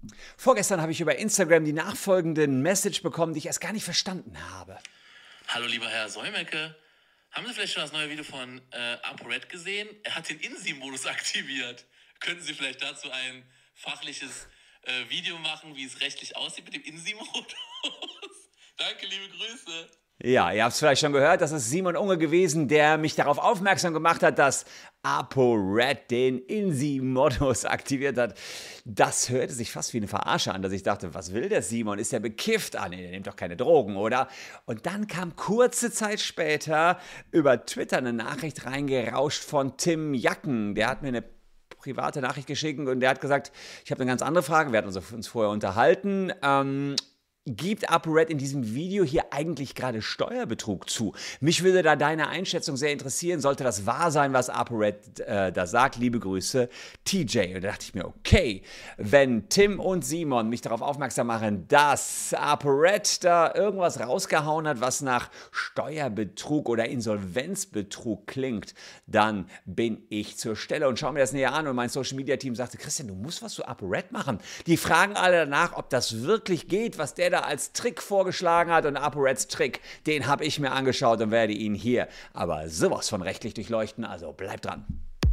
Vorgestern habe ich über Instagram die nachfolgende Message bekommen, die ich erst gar nicht verstanden habe. Hallo lieber Herr Solmecke, haben Sie vielleicht schon das neue Video von ApoRed gesehen? Er hat den InSim-Modus aktiviert. Könnten Sie vielleicht dazu ein fachliches Video machen, wie es rechtlich aussieht mit dem InSim-Modus? Danke, liebe Grüße. Ja, ihr habt es vielleicht schon gehört, das ist Simon Unge gewesen, der mich darauf aufmerksam gemacht hat, dass ApoRed den InSim-Modus aktiviert hat. Das hörte sich fast wie eine Verarsche an, dass ich dachte, was will der Simon? Ist der bekifft? Ah, nee, der nimmt doch keine Drogen, oder? Und dann kam kurze Zeit später über Twitter eine Nachricht reingerauscht von Tim Jacken. Der hat mir eine private Nachricht geschickt und der hat gesagt, ich habe eine ganz andere Frage, wir hatten uns vorher unterhalten, gibt ApoRed in diesem Video hier eigentlich gerade Steuerbetrug zu? Mich würde da deine Einschätzung sehr interessieren. Sollte das wahr sein, was ApoRed da sagt? Liebe Grüße, TJ. Und da dachte ich mir, okay, wenn Tim und Simon mich darauf aufmerksam machen, dass ApoRed da irgendwas rausgehauen hat, was nach Steuerbetrug oder Insolvenzbetrug klingt, dann bin ich zur Stelle und schaue mir das näher an. Und mein Social-Media-Team sagte, Christian, du musst was zu ApoRed machen. Die fragen alle danach, ob das wirklich geht, was der da als Trick vorgeschlagen hat, und ApoReds Trick, den habe ich mir angeschaut und werde ihn hier aber sowas von rechtlich durchleuchten, also bleibt dran.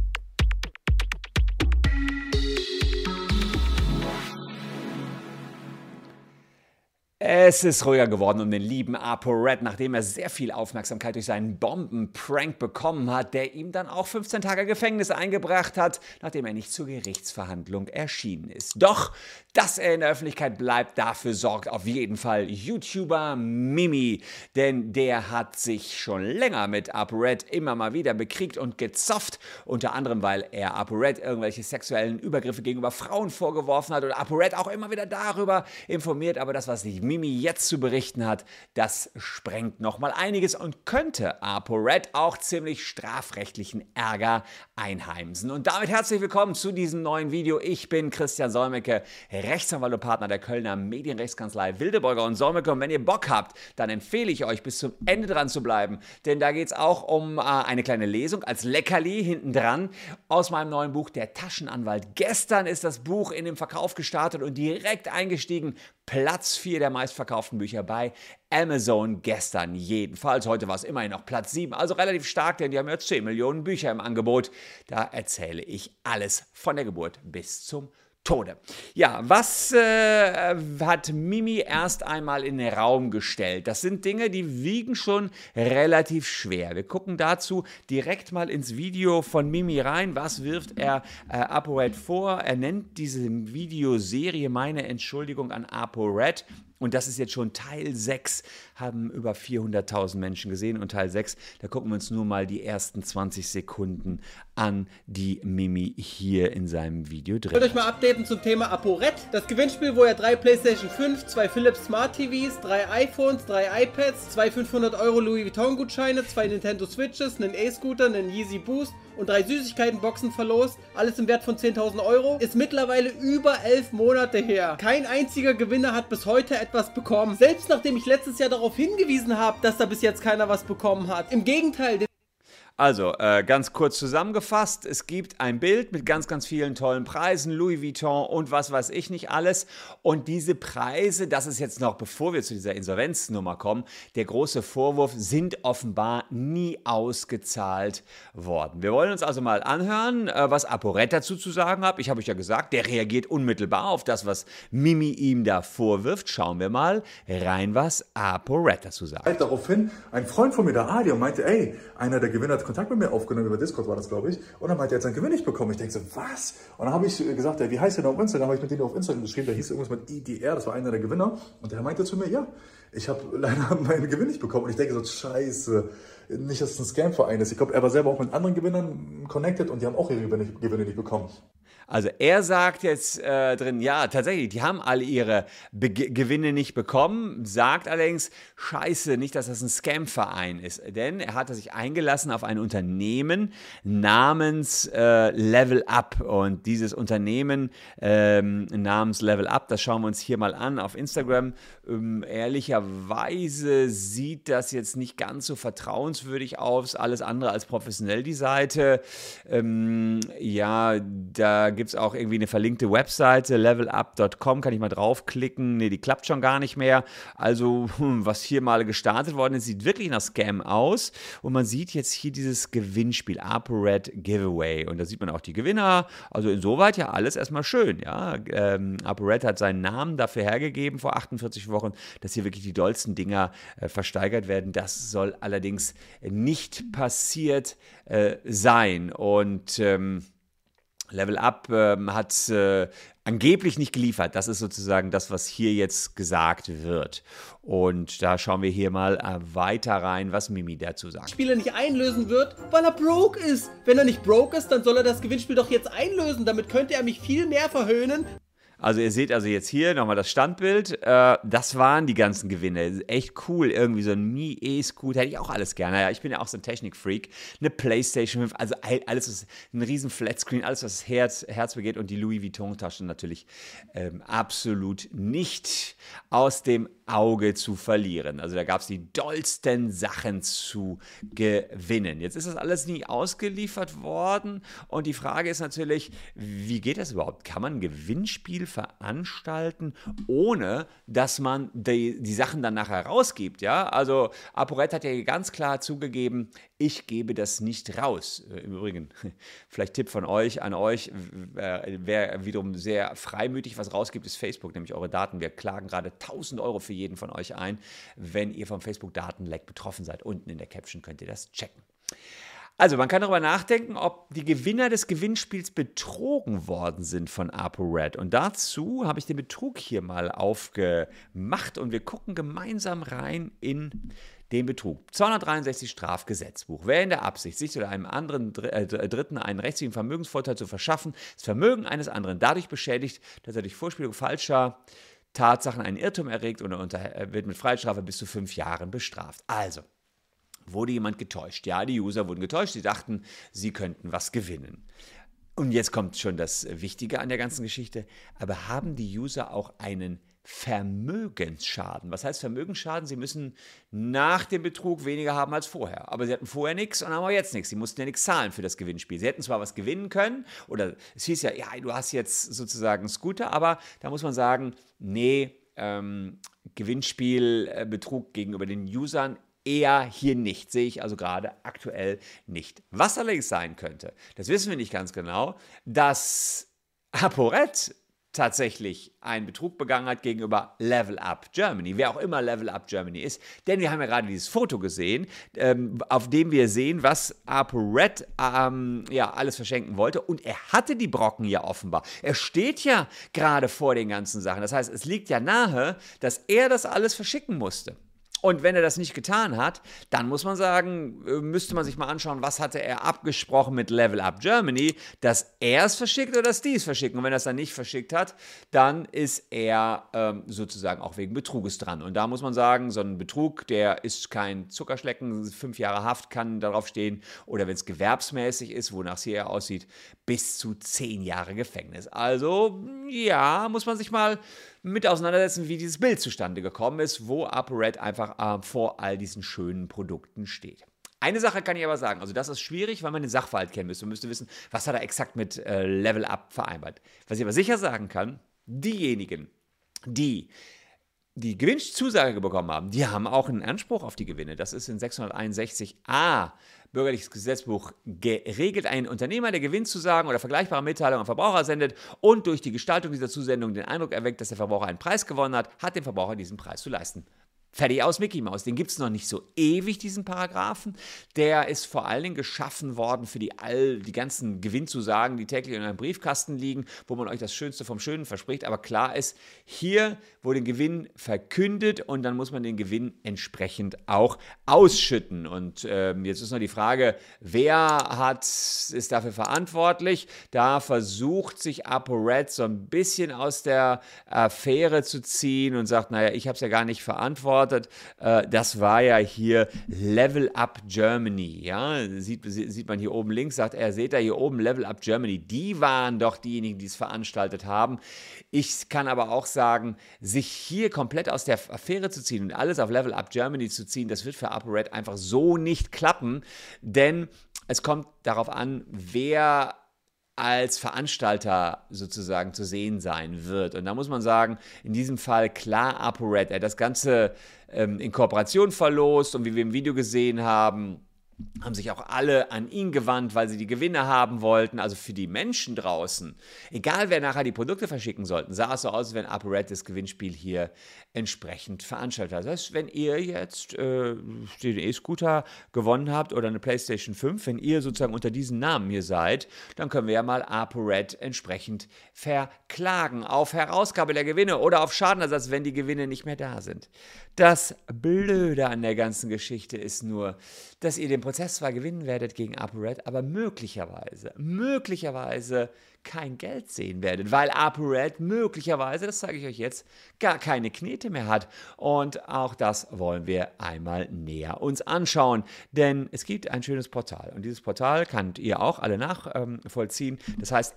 Es ist ruhiger geworden um den lieben ApoRed, nachdem er sehr viel Aufmerksamkeit durch seinen Bombenprank bekommen hat, der ihm dann auch 15 Tage Gefängnis eingebracht hat, nachdem er nicht zur Gerichtsverhandlung erschienen ist. Doch, dass er in der Öffentlichkeit bleibt, dafür sorgt auf jeden Fall YouTuber Mimi, denn der hat sich schon länger mit ApoRed immer mal wieder bekriegt und gezofft, unter anderem, weil er ApoRed irgendwelche sexuellen Übergriffe gegenüber Frauen vorgeworfen hat und ApoRed auch immer wieder darüber informiert, aber das, was sich Mimi jetzt zu berichten hat, das sprengt nochmal einiges und könnte ApoRed auch ziemlich strafrechtlichen Ärger einheimsen. Und damit herzlich willkommen zu diesem neuen Video. Ich bin Christian Solmecke, Rechtsanwalt und Partner der Kölner Medienrechtskanzlei Wildeborger und Solmecke. Und wenn ihr Bock habt, dann empfehle ich euch, bis zum Ende dran zu bleiben, denn da geht es auch um eine kleine Lesung als Leckerli hinten dran aus meinem neuen Buch Der Taschenanwalt. Gestern ist das Buch in den Verkauf gestartet und direkt eingestiegen. Platz 4 der meistverkauften Bücher bei Amazon gestern jedenfalls. Heute war es immerhin noch Platz 7, also relativ stark, denn die haben ja 10 Millionen Bücher im Angebot. Da erzähle ich alles von der Geburt bis zum Tode. Ja, was hat Mimi erst einmal in den Raum gestellt? Das sind Dinge, die wiegen schon relativ schwer. Wir gucken dazu direkt mal ins Video von Mimi rein. Was wirft er ApoRed vor? Er nennt diese Videoserie Meine Entschuldigung an ApoRed. Und das ist jetzt schon Teil 6, haben über 400.000 Menschen gesehen. Und Teil 6, da gucken wir uns nur mal die ersten 20 Sekunden an, die Mimi hier in seinem Video drin hat. Ich wollte euch mal updaten zum Thema ApoRed. Das Gewinnspiel, wo ihr 3 PlayStation 5, 2 Philips Smart TVs, 3 iPhones, 3 iPads, 2 500 € Louis Vuitton Gutscheine, 2 Nintendo Switches, einen E-Scooter, einen Yeezy Boost und 3 Süßigkeitenboxen verlost, alles im Wert von 10.000 €, ist mittlerweile über 11 Monate her. Kein einziger Gewinner hat bis heute etwas bekommen. Selbst nachdem ich letztes Jahr darauf hingewiesen habe, dass da bis jetzt keiner was bekommen hat. Im Gegenteil. Also, ganz kurz zusammengefasst, es gibt ein Bild mit ganz, ganz vielen tollen Preisen, Louis Vuitton und was weiß ich nicht alles. Und diese Preise, das ist jetzt noch, bevor wir zu dieser Insolvenznummer kommen, der große Vorwurf, sind offenbar nie ausgezahlt worden. Wir wollen uns also mal anhören, was ApoRed dazu zu sagen hat. Ich habe euch ja gesagt, der reagiert unmittelbar auf das, was Mimi ihm da vorwirft. Schauen wir mal rein, was ApoRed dazu sagt. Daraufhin ein Freund von mir, der Ali, und meinte, ey, einer der Gewinner hat Kontakt mit mir aufgenommen, über Discord war das, glaube ich. Und dann meinte er, jetzt seinen Gewinn nicht bekommen. Ich denke so, was? Und dann habe ich gesagt, ja, wie heißt der denn auf Instagram? Habe ich mit denen auf Instagram geschrieben, der hieß irgendwas mit IDR, das war einer der Gewinner. Und der meinte zu mir, ja, ich habe leider meinen Gewinn nicht bekommen. Und ich denke so, scheiße, nicht, dass es ein Scam-Verein ist. Ich glaube, er war selber auch mit anderen Gewinnern connected und die haben auch ihre Gewinne nicht bekommen. Also er sagt jetzt drin, ja, tatsächlich, die haben alle ihre Gewinne nicht bekommen, sagt allerdings, scheiße, nicht, dass das ein Scam-Verein ist, denn er hatte sich eingelassen auf ein Unternehmen namens Level Up und dieses Unternehmen namens Level Up, das schauen wir uns hier mal an auf Instagram. Ehrlicherweise sieht das jetzt nicht ganz so vertrauenswürdig aus, alles andere als professionell die Seite. Ja, da gibt es auch irgendwie eine verlinkte Webseite, levelup.com, kann ich mal draufklicken. Nee, die klappt schon gar nicht mehr. Also, was hier mal gestartet worden ist, sieht wirklich nach Scam aus. Und man sieht jetzt hier dieses Gewinnspiel, ApoRed Giveaway. Und da sieht man auch die Gewinner. Also insoweit ja alles erstmal schön. Ja? ApoRed hat seinen Namen dafür hergegeben vor 48 Wochen, dass hier wirklich die dollsten Dinger versteigert werden. Das soll allerdings nicht passiert sein. Und Level Up hat angeblich nicht geliefert. Das ist sozusagen das, was hier jetzt gesagt wird. Und da schauen wir hier mal weiter rein, was Mimi dazu sagt. Spieler nicht einlösen wird, weil er broke ist. Wenn er nicht broke ist, dann soll er das Gewinnspiel doch jetzt einlösen. Damit könnte er mich viel mehr verhöhnen. Also ihr seht also jetzt hier nochmal das Standbild, das waren die ganzen Gewinne, echt cool, irgendwie so ein Mi E-Scooter, hätte ich auch alles gerne, ja, ich bin ja auch so ein Technikfreak, eine Playstation 5, also alles, ist ein riesen Flatscreen, alles was das Herz begeht und die Louis Vuitton-Taschen natürlich absolut nicht aus dem Auge zu verlieren. Also da gab es die dollsten Sachen zu gewinnen. Jetzt ist das alles nie ausgeliefert worden und die Frage ist natürlich, wie geht das überhaupt? Kann man ein Gewinnspiel veranstalten, ohne dass man die Sachen dann nachher rausgibt? Ja? Also ApoRed hat ja ganz klar zugegeben, ich gebe das nicht raus. Im Übrigen, vielleicht Tipp von euch an euch, wer wiederum sehr freimütig was rausgibt, ist Facebook, nämlich eure Daten. Wir klagen gerade 1.000 Euro für jeden von euch ein, wenn ihr vom Facebook-Datenleck betroffen seid. Unten in der Caption könnt ihr das checken. Also man kann darüber nachdenken, ob die Gewinner des Gewinnspiels betrogen worden sind von ApoRed. Und dazu habe ich den Betrug hier mal aufgemacht und wir gucken gemeinsam rein in den Betrug. 263 Strafgesetzbuch. Wer in der Absicht, sich oder einem anderen Dritten einen rechtlichen Vermögensvorteil zu verschaffen, das Vermögen eines anderen dadurch beschädigt, dass er durch Vorspielung falscher Tatsachen einen Irrtum erregt oder wird mit Freiheitsstrafe bis zu 5 Jahren bestraft. Also, wurde jemand getäuscht? Ja, die User wurden getäuscht, sie dachten, sie könnten was gewinnen. Und jetzt kommt schon das Wichtige an der ganzen Geschichte, aber haben die User auch einen Vermögensschaden? Was heißt Vermögensschaden? Sie müssen nach dem Betrug weniger haben als vorher. Aber sie hatten vorher nichts und haben auch jetzt nichts. Sie mussten ja nichts zahlen für das Gewinnspiel. Sie hätten zwar was gewinnen können, oder es hieß ja, du hast jetzt sozusagen einen Scooter, aber da muss man sagen, nee, Gewinnspiel, Betrug gegenüber den Usern eher hier nicht, sehe ich also gerade aktuell nicht. Was allerdings sein könnte, das wissen wir nicht ganz genau, dass ApoRed tatsächlich einen Betrug begangen hat gegenüber Level Up Germany, wer auch immer Level Up Germany ist. Denn wir haben ja gerade dieses Foto gesehen, auf dem wir sehen, was ApoRed alles verschenken wollte. Und er hatte die Brocken ja offenbar. Er steht ja gerade vor den ganzen Sachen. Das heißt, es liegt ja nahe, dass er das alles verschicken musste. Und wenn er das nicht getan hat, dann muss man sagen, müsste man sich mal anschauen, was hatte er abgesprochen mit Level Up Germany, dass er es verschickt oder dass die es verschicken. Und wenn er es dann nicht verschickt hat, dann ist er sozusagen auch wegen Betruges dran. Und da muss man sagen, so ein Betrug, der ist kein Zuckerschlecken, 5 Jahre Haft kann darauf stehen. Oder wenn es gewerbsmäßig ist, wonach es hier aussieht, bis zu 10 Jahre Gefängnis. Also ja, muss man sich mal mit auseinandersetzen, wie dieses Bild zustande gekommen ist, wo ApoRed einfach vor all diesen schönen Produkten steht. Eine Sache kann ich aber sagen, also das ist schwierig, weil man den Sachverhalt kennen müsste. Man müsste wissen, was hat er exakt mit Level Up vereinbart. Was ich aber sicher sagen kann, diejenigen, die die Gewinnzusage bekommen haben, die haben auch einen Anspruch auf die Gewinne. Das ist in 661a Bürgerliches Gesetzbuch geregelt. Ein Unternehmer, der Gewinnzusagen oder vergleichbare Mitteilungen an Verbraucher sendet und durch die Gestaltung dieser Zusendung den Eindruck erweckt, dass der Verbraucher einen Preis gewonnen hat, hat dem Verbraucher diesen Preis zu leisten. Fertig aus, Mickey Mouse. Den gibt es noch nicht so ewig, diesen Paragraphen. Der ist vor allen Dingen geschaffen worden für die ganzen Gewinnzusagen, die täglich in einem Briefkasten liegen, wo man euch das Schönste vom Schönen verspricht. Aber klar ist, hier wurde ein Gewinn verkündet und dann muss man den Gewinn entsprechend auch ausschütten. Und jetzt ist noch die Frage, wer ist dafür verantwortlich? Da versucht sich ApoRed so ein bisschen aus der Affäre zu ziehen und sagt, naja, ich habe es ja gar nicht verantwortet. Das war ja hier Level Up Germany, ja, sieht man hier oben links, sagt er, seht ihr hier oben Level Up Germany, die waren doch diejenigen, die es veranstaltet haben. Ich kann aber auch sagen, sich hier komplett aus der Affäre zu ziehen und alles auf Level Up Germany zu ziehen, das wird für ApoRed einfach so nicht klappen, denn es kommt darauf an, wer als Veranstalter sozusagen zu sehen sein wird. Und da muss man sagen, in diesem Fall klar ApoRed, er hat das Ganze in Kooperation verlost und wie wir im Video gesehen haben sich auch alle an ihn gewandt, weil sie die Gewinne haben wollten. Also für die Menschen draußen, egal wer nachher die Produkte verschicken sollten, sah es so aus, als wenn ApoRed das Gewinnspiel hier entsprechend veranstaltet hat. Das heißt, wenn ihr jetzt den E-Scooter gewonnen habt oder eine PlayStation 5, wenn ihr sozusagen unter diesen Namen hier seid, dann können wir ja mal ApoRed entsprechend verklagen auf Herausgabe der Gewinne oder auf Schadenersatz, wenn die Gewinne nicht mehr da sind. Das Blöde an der ganzen Geschichte ist nur, dass ihr den Prozess zwar gewinnen werdet gegen ApoRed, aber möglicherweise kein Geld sehen werdet, weil ApoRed möglicherweise, das zeige ich euch jetzt, gar keine Knete mehr hat. Und auch das wollen wir einmal näher uns anschauen, denn es gibt ein schönes Portal und dieses Portal könnt ihr auch alle nachvollziehen. Das heißt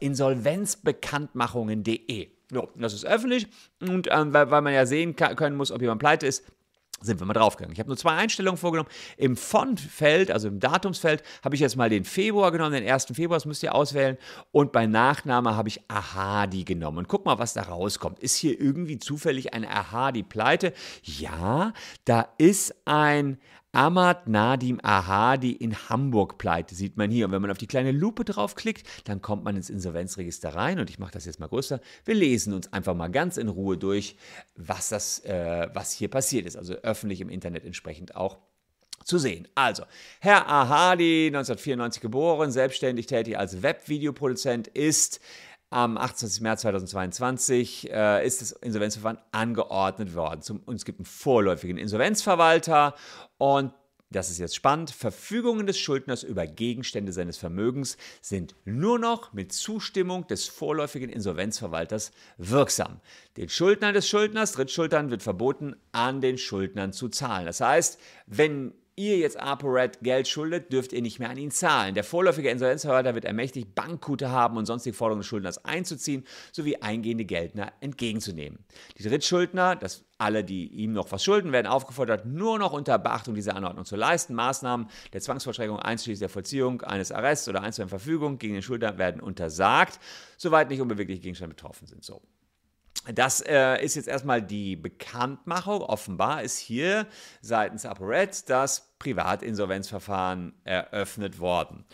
insolvenzbekanntmachungen.de. So, das ist öffentlich und weil man ja sehen können muss, ob jemand pleite ist, sind wir mal draufgegangen. Ich habe nur 2 Einstellungen vorgenommen. Im Fontfeld, also im Datumsfeld, habe ich jetzt mal den Februar genommen, den 1. Februar, das müsst ihr auswählen. Und bei Nachname habe ich Ahadi genommen. Und guck mal, was da rauskommt. Ist hier irgendwie zufällig eine Ahadi-Pleite? Ja, da ist ein Ahmad Nadim Ahadi in Hamburg pleite, sieht man hier. Und wenn man auf die kleine Lupe draufklickt, dann kommt man ins Insolvenzregister rein. Und ich mache das jetzt mal größer. Wir lesen uns einfach mal ganz in Ruhe durch, was hier passiert ist. Also öffentlich im Internet entsprechend auch zu sehen. Also, Herr Ahadi, 1994 geboren, selbstständig tätig als Webvideoproduzent, ist am 28. März 2022 ist das Insolvenzverfahren angeordnet worden. Und es gibt einen vorläufigen Insolvenzverwalter und das ist jetzt spannend. Verfügungen des Schuldners über Gegenstände seines Vermögens sind nur noch mit Zustimmung des vorläufigen Insolvenzverwalters wirksam. Den Schuldnern des Schuldners, Drittschuldnern, wird verboten, an den Schuldnern zu zahlen. Das heißt, wenn ihr jetzt ApoRed Geld schuldet, dürft ihr nicht mehr an ihn zahlen. Der vorläufige Insolvenzverwalter wird ermächtigt, Bankguthaben und sonstige Forderungen des Schuldners einzuziehen, sowie eingehende Geldner entgegenzunehmen. Die Drittschuldner, alle, die ihm noch was schulden, werden aufgefordert, nur noch unter Beachtung dieser Anordnung zu leisten. Maßnahmen der Zwangsvollstreckung einschließlich der Vollziehung eines Arrests oder einzelner Verfügung gegen den Schuldner werden untersagt, soweit nicht unbewegliche Gegenstände betroffen sind. So. Das ist jetzt erstmal die Bekanntmachung. Offenbar ist hier seitens ApoRed das Privatinsolvenzverfahren eröffnet worden.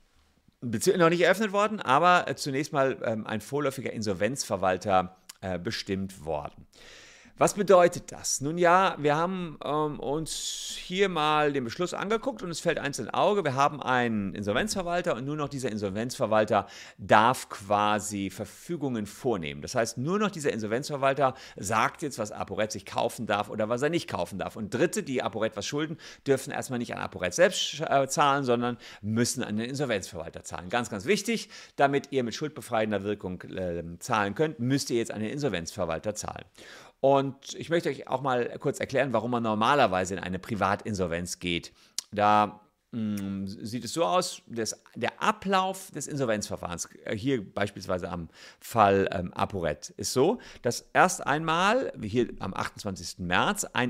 Noch nicht eröffnet worden, aber zunächst mal ein vorläufiger Insolvenzverwalter bestimmt worden. Was bedeutet das? Nun ja, wir haben uns hier mal den Beschluss angeguckt und es fällt eins ins Auge. Wir haben einen Insolvenzverwalter und nur noch dieser Insolvenzverwalter darf quasi Verfügungen vornehmen. Das heißt, nur noch dieser Insolvenzverwalter sagt jetzt, was ApoRed sich kaufen darf oder was er nicht kaufen darf. Und Dritte, die ApoRed was schulden, dürfen erstmal nicht an ApoRed selbst zahlen, sondern müssen an den Insolvenzverwalter zahlen. Ganz, ganz wichtig, damit ihr mit schuldbefreiender Wirkung zahlen könnt, müsst ihr jetzt an den Insolvenzverwalter zahlen. Und ich möchte euch auch mal kurz erklären, warum man normalerweise in eine Privatinsolvenz geht. Da sieht es so aus, dass der Ablauf des Insolvenzverfahrens, hier beispielsweise am Fall ApoRed, ist so, dass erst einmal, wie hier am 28. März, ein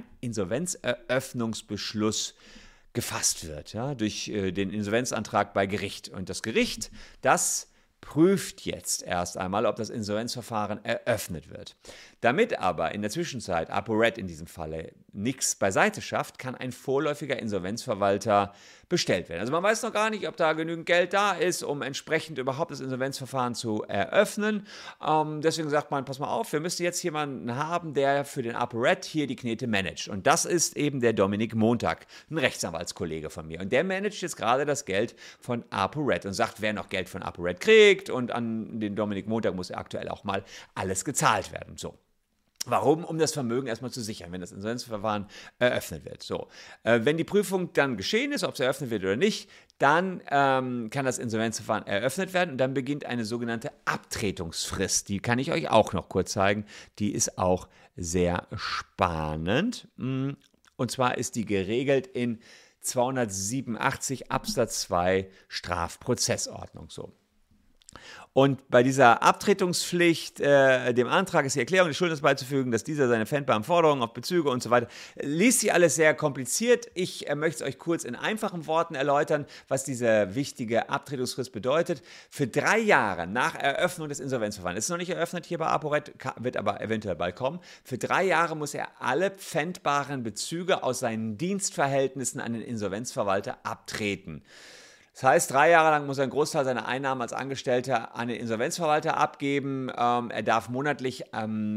Insolvenzeröffnungsbeschluss gefasst wird, ja, durch den Insolvenzantrag bei Gericht. Und das Gericht, das prüft jetzt erst einmal, ob das Insolvenzverfahren eröffnet wird. Damit aber in der Zwischenzeit ApoRed in diesem Falle nichts beiseite schafft, kann ein vorläufiger Insolvenzverwalter bestellt werden. Also man weiß noch gar nicht, ob da genügend Geld da ist, um entsprechend überhaupt das Insolvenzverfahren zu eröffnen. Deswegen sagt man, pass mal auf, wir müssen jetzt jemanden haben, der für den ApoRed hier die Knete managt. Und das ist eben der Dominik Montag, ein Rechtsanwaltskollege von mir. Und der managt jetzt gerade das Geld von ApoRed und sagt, wer noch Geld von ApoRed kriegt. Und an den Dominik Montag muss aktuell auch mal alles gezahlt werden. So. Warum? Um das Vermögen erstmal zu sichern, wenn das Insolvenzverfahren eröffnet wird. So. Wenn die Prüfung dann geschehen ist, ob es eröffnet wird oder nicht, dann kann das Insolvenzverfahren eröffnet werden und dann beginnt eine sogenannte Abtretungsfrist. Die kann ich euch auch noch kurz zeigen. Die ist auch sehr spannend. Und zwar ist die geregelt in 287 Absatz 2 Strafprozessordnung. So. Und bei dieser Abtretungspflicht, dem Antrag ist die Erklärung des Schuldners beizufügen, dass dieser seine pfändbaren Forderungen auf Bezüge und so weiter, liest sich alles sehr kompliziert. Ich möchte es euch kurz in einfachen Worten erläutern, was diese wichtige Abtretungsfrist bedeutet. Für 3 Jahre nach Eröffnung des Insolvenzverfahrens, ist noch nicht eröffnet hier bei ApoRed, wird aber eventuell bald kommen, für 3 Jahre muss er alle pfändbaren Bezüge aus seinen Dienstverhältnissen an den Insolvenzverwalter abtreten. Das heißt, 3 Jahre lang muss er einen Großteil seiner Einnahmen als Angestellter an den Insolvenzverwalter abgeben. Er darf monatlich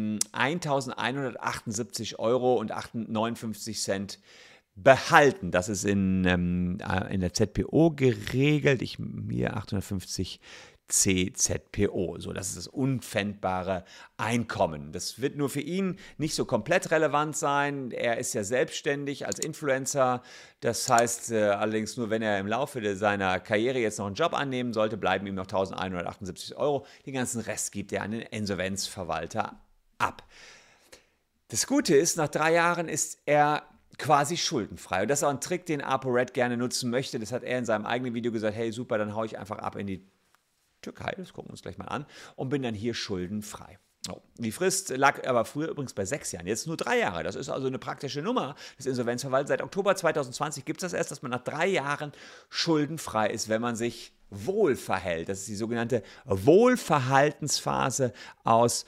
1.178 Euro und 59 Cent behalten. Das ist in der ZPO geregelt. Hier 850 CZPO. So, das ist das unpfändbare Einkommen. Das wird nur für ihn nicht so komplett relevant sein. Er ist ja selbstständig als Influencer. Das heißt allerdings nur, wenn er im Laufe seiner Karriere jetzt noch einen Job annehmen sollte, bleiben ihm noch 1.178 Euro. Den ganzen Rest gibt er an den Insolvenzverwalter ab. Das Gute ist, nach 3 Jahren ist er quasi schuldenfrei. Und das ist auch ein Trick, den ApoRed gerne nutzen möchte. Das hat er in seinem eigenen Video gesagt, hey super, dann haue ich einfach ab in die Türkei, das gucken wir uns gleich mal an, und bin dann hier schuldenfrei. Oh. Die Frist lag aber früher übrigens bei 6 Jahren, jetzt nur 3 Jahre. Das ist also eine praktische Nummer des Insolvenzverwalters. Seit Oktober 2020 gibt es das erst, dass man nach 3 Jahren schuldenfrei ist, wenn man sich wohl verhält. Das ist die sogenannte Wohlverhaltensphase aus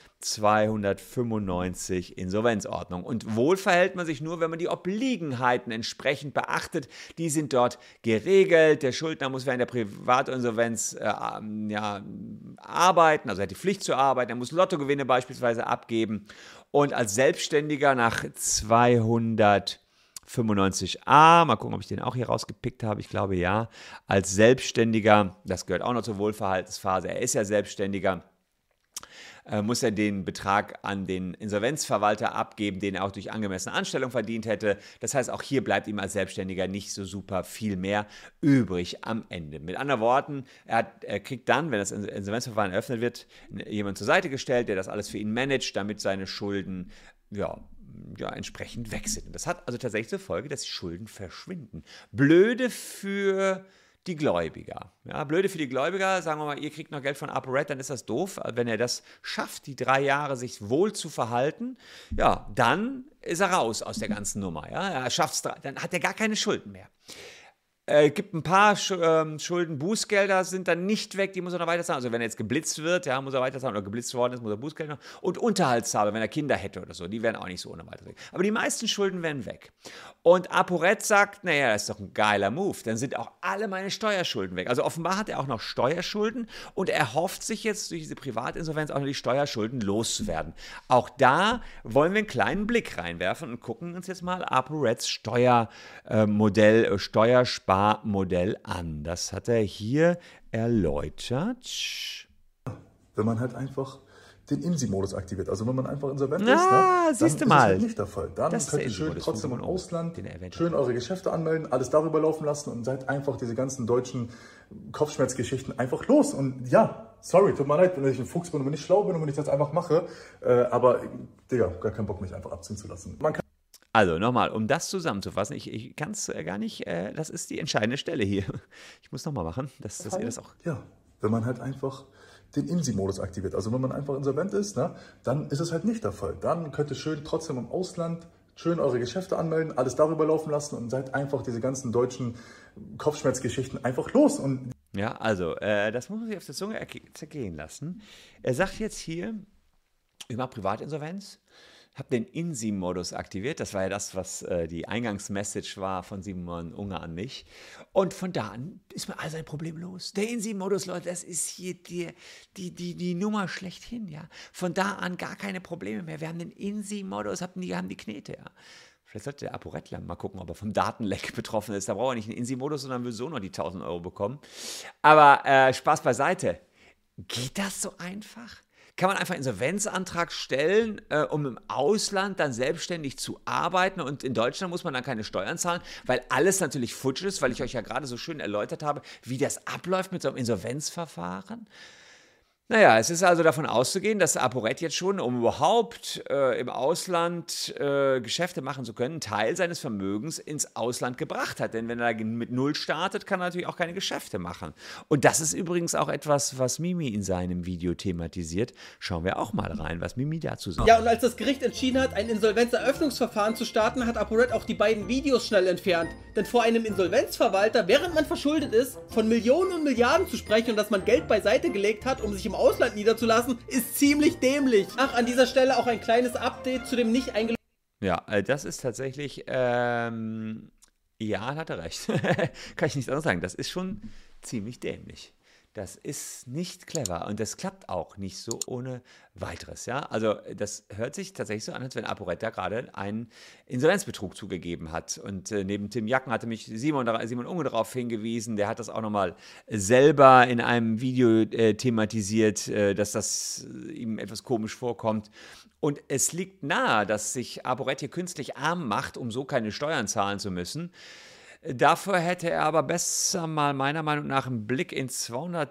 295 Insolvenzordnung. Und wohl verhält man sich nur, wenn man die Obliegenheiten entsprechend beachtet. Die sind dort geregelt. Der Schuldner muss während der Privatinsolvenz arbeiten, also er hat die Pflicht zu arbeiten. Er muss Lottogewinne beispielsweise abgeben. Und als Selbstständiger nach 295a, mal gucken, ob ich den auch hier rausgepickt habe, ich glaube ja, als Selbstständiger, das gehört auch noch zur Wohlverhaltensphase, er ist ja Selbstständiger, muss er den Betrag an den Insolvenzverwalter abgeben, den er auch durch angemessene Anstellung verdient hätte. Das heißt, auch hier bleibt ihm als Selbstständiger nicht so super viel mehr übrig am Ende. Mit anderen Worten, er kriegt dann, wenn das Insolvenzverfahren eröffnet wird, jemand zur Seite gestellt, der das alles für ihn managt, damit seine Schulden entsprechend weg sind. Und das hat also tatsächlich zur Folge, dass die Schulden verschwinden. Blöde für die Gläubiger. Ja, blöde für die Gläubiger, sagen wir mal, ihr kriegt noch Geld von ApoRed, dann ist das doof. Wenn er das schafft, die 3 Jahre sich wohl zu verhalten, ja, dann ist er raus aus der ganzen Nummer. Ja? Er schafft's, dann hat er gar keine Schulden mehr. Gibt ein paar Schulden, Bußgelder sind dann nicht weg, die muss er noch weiter zahlen. Also wenn er jetzt geblitzt wird, ja, muss er weiter zahlen, oder geblitzt worden ist, muss er Bußgelder noch. Und Unterhaltszahlungen, wenn er Kinder hätte oder so, die werden auch nicht so ohne weiteres weg. Aber die meisten Schulden werden weg. Und ApoRed sagt, naja, das ist doch ein geiler Move, dann sind auch alle meine Steuerschulden weg. Also offenbar hat er auch noch Steuerschulden und er hofft sich jetzt durch diese Privatinsolvenz auch noch die Steuerschulden loszuwerden. Auch da wollen wir einen kleinen Blick reinwerfen und gucken uns jetzt mal ApoReds Steuermodell, Steuersparmodell an. Das hat er hier erläutert. Wenn man halt einfach den IMSI-Modus aktiviert. Also wenn man einfach insolvent ist, dann ist das halt nicht der Fall. Dann das könnt ihr schön trotzdem im Ausland schön eure Geschäfte anmelden, alles darüber laufen lassen und seid einfach diese ganzen deutschen Kopfschmerzgeschichten einfach los. Und ja, sorry, tut mir leid, wenn ich ein Fuchs bin und wenn ich schlau bin und wenn ich das einfach mache, aber Digga, gar keinen Bock, mich einfach abziehen zu lassen. Man kann Also nochmal, um das zusammenzufassen, ich kann es gar nicht, das ist die entscheidende Stelle hier. Ich muss nochmal machen, dass ihr das auch... Ja, wenn man halt einfach den IMSI-Modus aktiviert. Also wenn man einfach insolvent ist, dann ist es halt nicht der Fall. Dann könnt ihr schön trotzdem im Ausland schön eure Geschäfte anmelden, alles darüber laufen lassen und seid einfach diese ganzen deutschen Kopfschmerzgeschichten einfach los. Und ja, also, das muss man sich auf der Zunge zergehen lassen. Er sagt jetzt hier, über Privatinsolvenz, habe den IMSI-Modus aktiviert. Das war ja das, was die Eingangsmessage war von Simon Unger an mich. Und von da an ist mir all sein Problem los. Der IMSI-Modus, Leute, das ist hier die Nummer schlechthin. Ja. Von da an gar keine Probleme mehr. Wir haben den IMSI-Modus, wir haben die Knete. Ja. Vielleicht sollte der ApoRedler mal gucken, ob er vom Datenleck betroffen ist. Da braucht er nicht einen IMSI-Modus, sondern will so noch die 1.000 Euro bekommen. Aber Spaß beiseite. Geht das so einfach? Kann man einfach einen Insolvenzantrag stellen, um im Ausland dann selbstständig zu arbeiten und in Deutschland muss man dann keine Steuern zahlen, weil alles natürlich futsch ist, weil ich euch ja gerade so schön erläutert habe, wie das abläuft mit so einem Insolvenzverfahren? Naja, es ist also davon auszugehen, dass ApoRed jetzt schon, um überhaupt im Ausland Geschäfte machen zu können, einen Teil seines Vermögens ins Ausland gebracht hat. Denn wenn er mit Null startet, kann er natürlich auch keine Geschäfte machen. Und das ist übrigens auch etwas, was Mimi in seinem Video thematisiert. Schauen wir auch mal rein, was Mimi dazu sagt. Ja, und als das Gericht entschieden hat, ein Insolvenzeröffnungsverfahren zu starten, hat ApoRed auch die beiden Videos schnell entfernt. Denn vor einem Insolvenzverwalter, während man verschuldet ist, von Millionen und Milliarden zu sprechen und dass man Geld beiseite gelegt hat, um sich im Ausland niederzulassen, ist ziemlich dämlich. Ach, an dieser Stelle auch ein kleines Update zu dem nicht eingeloggen. Ja, das ist tatsächlich, ja, hat er recht. Kann ich nichts anderes sagen. Das ist schon ziemlich dämlich. Das ist nicht clever und das klappt auch nicht so ohne weiteres. Ja? Also das hört sich tatsächlich so an, als wenn ApoRed da gerade einen Insolvenzbetrug zugegeben hat. Und neben Tim Jacken hatte mich Simon Unge darauf hingewiesen, der hat das auch nochmal selber in einem Video thematisiert, dass das ihm etwas komisch vorkommt. Und es liegt nahe, dass sich ApoRed hier künstlich arm macht, um so keine Steuern zahlen zu müssen. Dafür hätte er aber besser mal meiner Meinung nach einen Blick ins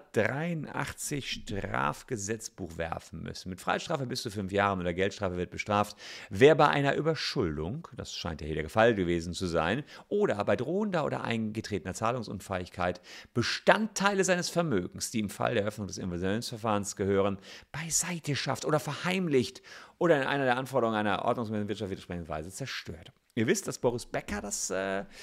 283 Strafgesetzbuch werfen müssen. Mit Freiheitsstrafe bis zu 5 Jahren oder Geldstrafe wird bestraft, wer bei einer Überschuldung, das scheint ja hier der Fall gewesen zu sein, oder bei drohender oder eingetretener Zahlungsunfähigkeit Bestandteile seines Vermögens, die im Fall der Eröffnung des Insolvenzverfahrens gehören, beiseite schafft oder verheimlicht oder in einer der Anforderungen einer ordnungsmäßigen Wirtschaft widersprechenden Weise zerstört. Ihr wisst, dass Boris Becker das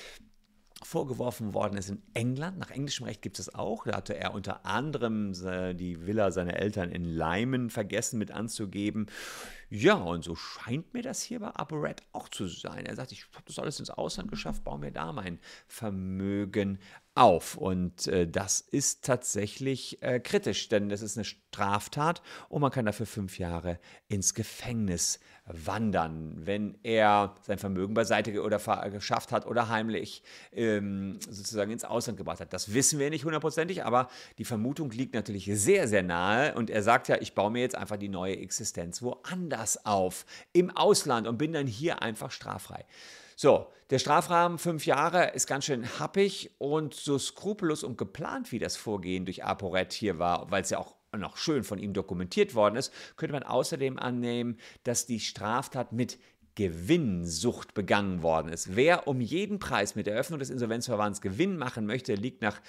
vorgeworfen worden ist in England. Nach englischem Recht gibt es das auch. Da hatte er unter anderem die Villa seiner Eltern in Lyman vergessen mit anzugeben. Ja, und so scheint mir das hier bei ApoRed auch zu sein. Er sagt, ich habe das alles ins Ausland geschafft, baue mir da mein Vermögen auf. Und das ist tatsächlich kritisch, denn das ist eine Straftat und man kann dafür 5 Jahre ins Gefängnis wandern, wenn er sein Vermögen beiseite oder geschafft hat oder heimlich sozusagen ins Ausland gebracht hat. Das wissen wir nicht hundertprozentig, aber die Vermutung liegt natürlich sehr, sehr nahe und er sagt ja, ich baue mir jetzt einfach die neue Existenz woanders auf, im Ausland und bin dann hier einfach straffrei. So, der Strafrahmen 5 Jahre ist ganz schön happig und so skrupellos und geplant, wie das Vorgehen durch ApoRed hier war, weil es ja auch noch schön von ihm dokumentiert worden ist, könnte man außerdem annehmen, dass die Straftat mit Gewinnsucht begangen worden ist. Wer um jeden Preis mit der Eröffnung des Insolvenzverfahrens Gewinn machen möchte, liegt nach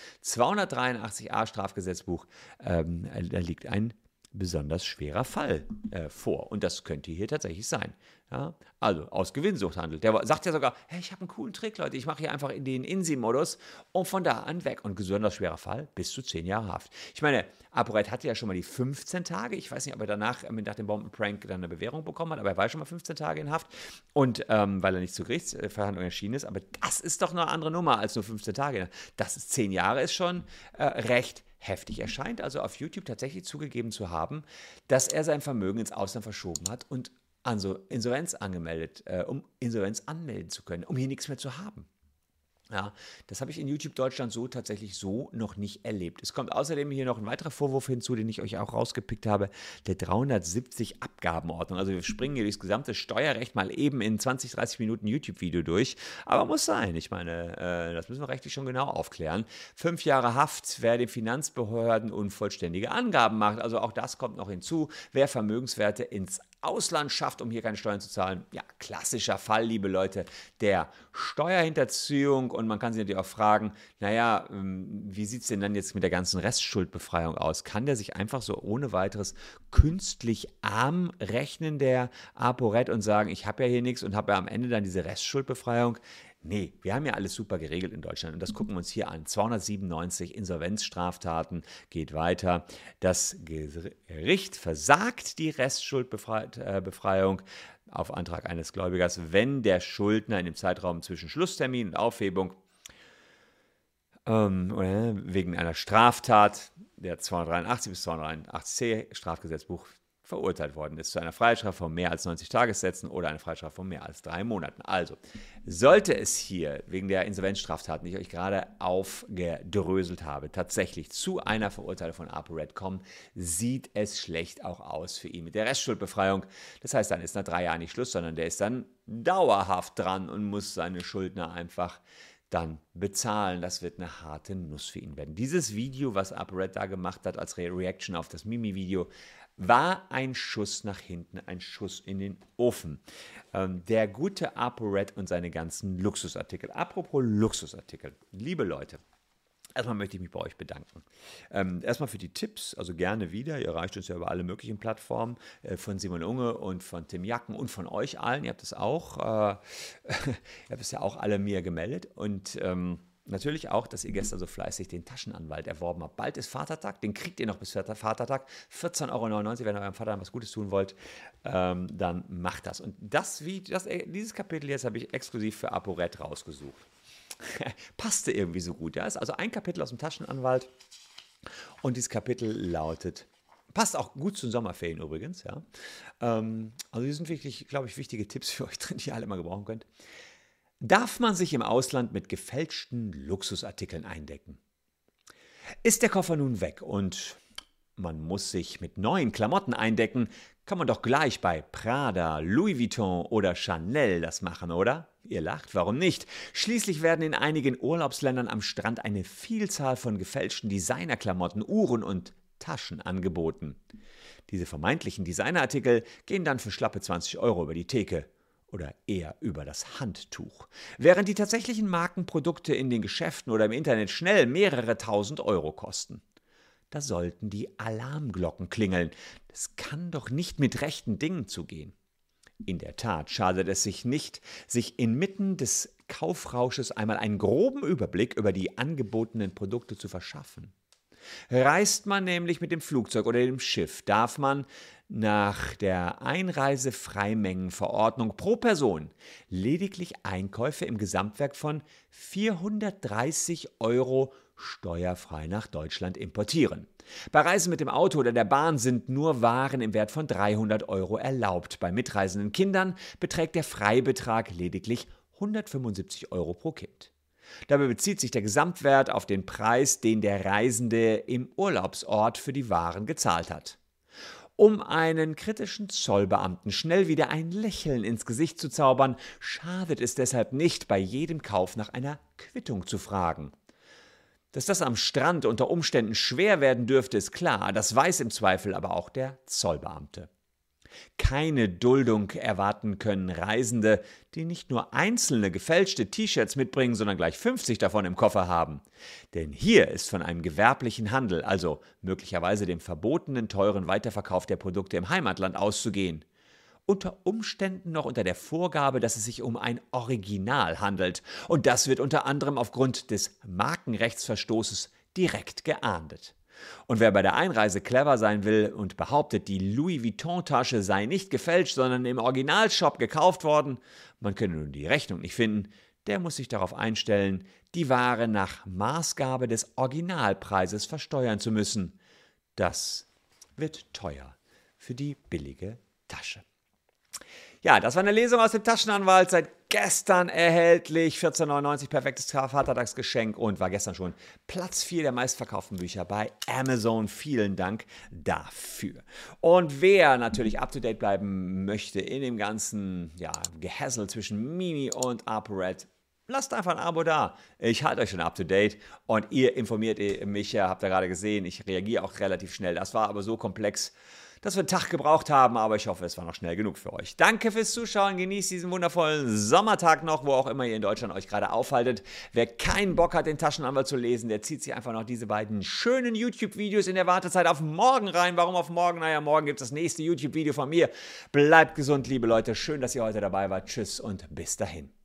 283a Strafgesetzbuch, da liegt ein besonders schwerer Fall vor. Und das könnte hier tatsächlich sein. Ja? Also aus Gewinnsucht handelt. Der sagt ja sogar, hey, ich habe einen coolen Trick, Leute. Ich mache hier einfach in den INSI-Modus und von da an weg. Und besonders schwerer Fall, bis zu 10 Jahre Haft. Ich meine, ApoRed hatte ja schon mal die 15 Tage. Ich weiß nicht, ob er danach nach dem Bombenprank dann eine Bewährung bekommen hat, aber er war schon mal 15 Tage in Haft. Und weil er nicht zur Gerichtsverhandlung erschienen ist. Aber das ist doch eine andere Nummer als nur 15 Tage. Das ist 10 Jahre, ist schon recht heftig. Er scheint also auf YouTube tatsächlich zugegeben zu haben, dass er sein Vermögen ins Ausland verschoben hat und also Insolvenz angemeldet, um Insolvenz anmelden zu können, um hier nichts mehr zu haben. Ja, das habe ich in YouTube Deutschland so tatsächlich so noch nicht erlebt. Es kommt außerdem hier noch ein weiterer Vorwurf hinzu, den ich euch auch rausgepickt habe, der 370 Abgabenordnung. Also wir springen hier durchs gesamte Steuerrecht mal eben in 20, 30 Minuten YouTube-Video durch. Aber muss sein. Ich meine, das müssen wir rechtlich schon genau aufklären. 5 Jahre Haft, wer den Finanzbehörden unvollständige Angaben macht. Also auch das kommt noch hinzu. Wer Vermögenswerte ins Ausland schafft, um hier keine Steuern zu zahlen. Ja, klassischer Fall, liebe Leute, der Steuerhinterziehung. Und man kann sich natürlich auch fragen, naja, wie sieht es denn dann jetzt mit der ganzen Restschuldbefreiung aus? Kann der sich einfach so ohne weiteres künstlich arm rechnen, der ApoRed, und sagen, ich habe ja hier nichts und habe ja am Ende dann diese Restschuldbefreiung? Nee, wir haben ja alles super geregelt in Deutschland und das gucken wir uns hier an. 297 Insolvenzstraftaten, geht weiter. Das Gericht versagt die Restschuldbefreiung auf Antrag eines Gläubigers, wenn der Schuldner in dem Zeitraum zwischen Schlusstermin und Aufhebung wegen einer Straftat der 283 bis 283c Strafgesetzbuch verurteilt worden ist zu einer Freiheitsstrafe von mehr als 90 Tagessätzen oder einer Freiheitsstrafe von mehr als 3 Monaten. Also, sollte es hier wegen der Insolvenzstraftaten, die ich euch gerade aufgedröselt habe, tatsächlich zu einer Verurteilung von ApoRed kommen, sieht es schlecht auch aus für ihn mit der Restschuldbefreiung. Das heißt, dann ist nach 3 Jahren nicht Schluss, sondern der ist dann dauerhaft dran und muss seine Schuldner einfach dann bezahlen. Das wird eine harte Nuss für ihn werden. Dieses Video, was ApoRed da gemacht hat als Reaction auf das Mimi-Video, war ein Schuss nach hinten, ein Schuss in den Ofen. Der gute ApoRed und seine ganzen Luxusartikel. Apropos Luxusartikel, liebe Leute, erstmal möchte ich mich bei euch bedanken. Erstmal für die Tipps, also gerne wieder. Ihr erreicht uns ja über alle möglichen Plattformen von Simon Unge und von Tim Jacken und von euch allen. Ihr habt es auch, ihr habt es ja auch alle mir gemeldet. Und natürlich auch, dass ihr gestern so fleißig den Taschenanwalt erworben habt. Bald ist Vatertag, den kriegt ihr noch bis Vatertag. 14,99 €, wenn ihr eurem Vater was Gutes tun wollt, dann macht das. Und dieses Kapitel jetzt habe ich exklusiv für ApoRed rausgesucht. Passte irgendwie so gut. Ja? Ist also ein Kapitel aus dem Taschenanwalt und dieses Kapitel lautet, passt auch gut zu den Sommerferien übrigens. Ja? Also hier sind wirklich, glaube ich, wichtige Tipps für euch drin, die ihr alle mal gebrauchen könnt. Darf man sich im Ausland mit gefälschten Luxusartikeln eindecken? Ist der Koffer nun weg und man muss sich mit neuen Klamotten eindecken, kann man doch gleich bei Prada, Louis Vuitton oder Chanel das machen, oder? Ihr lacht, warum nicht? Schließlich werden in einigen Urlaubsländern am Strand eine Vielzahl von gefälschten Designerklamotten, Uhren und Taschen angeboten. Diese vermeintlichen Designerartikel gehen dann für schlappe 20 € über die Theke. Oder eher über das Handtuch. Während die tatsächlichen Markenprodukte in den Geschäften oder im Internet schnell mehrere tausend € kosten. Da sollten die Alarmglocken klingeln. Das kann doch nicht mit rechten Dingen zugehen. In der Tat schadet es sich nicht, sich inmitten des Kaufrausches einmal einen groben Überblick über die angebotenen Produkte zu verschaffen. Reist man nämlich mit dem Flugzeug oder dem Schiff, darf man nach der Einreisefreimengenverordnung pro Person lediglich Einkäufe im Gesamtwert von 430 € steuerfrei nach Deutschland importieren. Bei Reisen mit dem Auto oder der Bahn sind nur Waren im Wert von 300 € erlaubt. Bei mitreisenden Kindern beträgt der Freibetrag lediglich 175 € pro Kind. Dabei bezieht sich der Gesamtwert auf den Preis, den der Reisende im Urlaubsort für die Waren gezahlt hat. Um einen kritischen Zollbeamten schnell wieder ein Lächeln ins Gesicht zu zaubern, schadet es deshalb nicht, bei jedem Kauf nach einer Quittung zu fragen. Dass das am Strand unter Umständen schwer werden dürfte, ist klar, das weiß im Zweifel aber auch der Zollbeamte. Keine Duldung erwarten können Reisende, die nicht nur einzelne gefälschte T-Shirts mitbringen, sondern gleich 50 davon im Koffer haben. Denn hier ist von einem gewerblichen Handel, also möglicherweise dem verbotenen teuren Weiterverkauf der Produkte im Heimatland auszugehen. Unter Umständen noch unter der Vorgabe, dass es sich um ein Original handelt. Und das wird unter anderem aufgrund des Markenrechtsverstoßes direkt geahndet. Und wer bei der Einreise clever sein will und behauptet, die Louis Vuitton-Tasche sei nicht gefälscht, sondern im Originalshop gekauft worden, man könne nun die Rechnung nicht finden, der muss sich darauf einstellen, die Ware nach Maßgabe des Originalpreises versteuern zu müssen. Das wird teuer für die billige Tasche. Ja, das war eine Lesung aus dem Taschenanwalt, seit gestern erhältlich, 14,99 €, perfektes Vatertagsgeschenk und war gestern schon Platz 4 der meistverkauften Bücher bei Amazon. Vielen Dank dafür. Und wer natürlich up-to-date bleiben möchte in dem ganzen Gehassel zwischen Mimi und ApoRed, lasst einfach ein Abo da. Ich halte euch schon up-to-date und ihr informiert mich, habt ihr gerade gesehen, ich reagiere auch relativ schnell. Das war aber so komplex, dass wir einen Tag gebraucht haben, aber ich hoffe, es war noch schnell genug für euch. Danke fürs Zuschauen, genießt diesen wundervollen Sommertag noch, wo auch immer ihr in Deutschland euch gerade aufhaltet. Wer keinen Bock hat, den Taschenanwalt zu lesen, der zieht sich einfach noch diese beiden schönen YouTube-Videos in der Wartezeit auf morgen rein. Warum auf morgen? Naja, morgen gibt es das nächste YouTube-Video von mir. Bleibt gesund, liebe Leute. Schön, dass ihr heute dabei wart. Tschüss und bis dahin.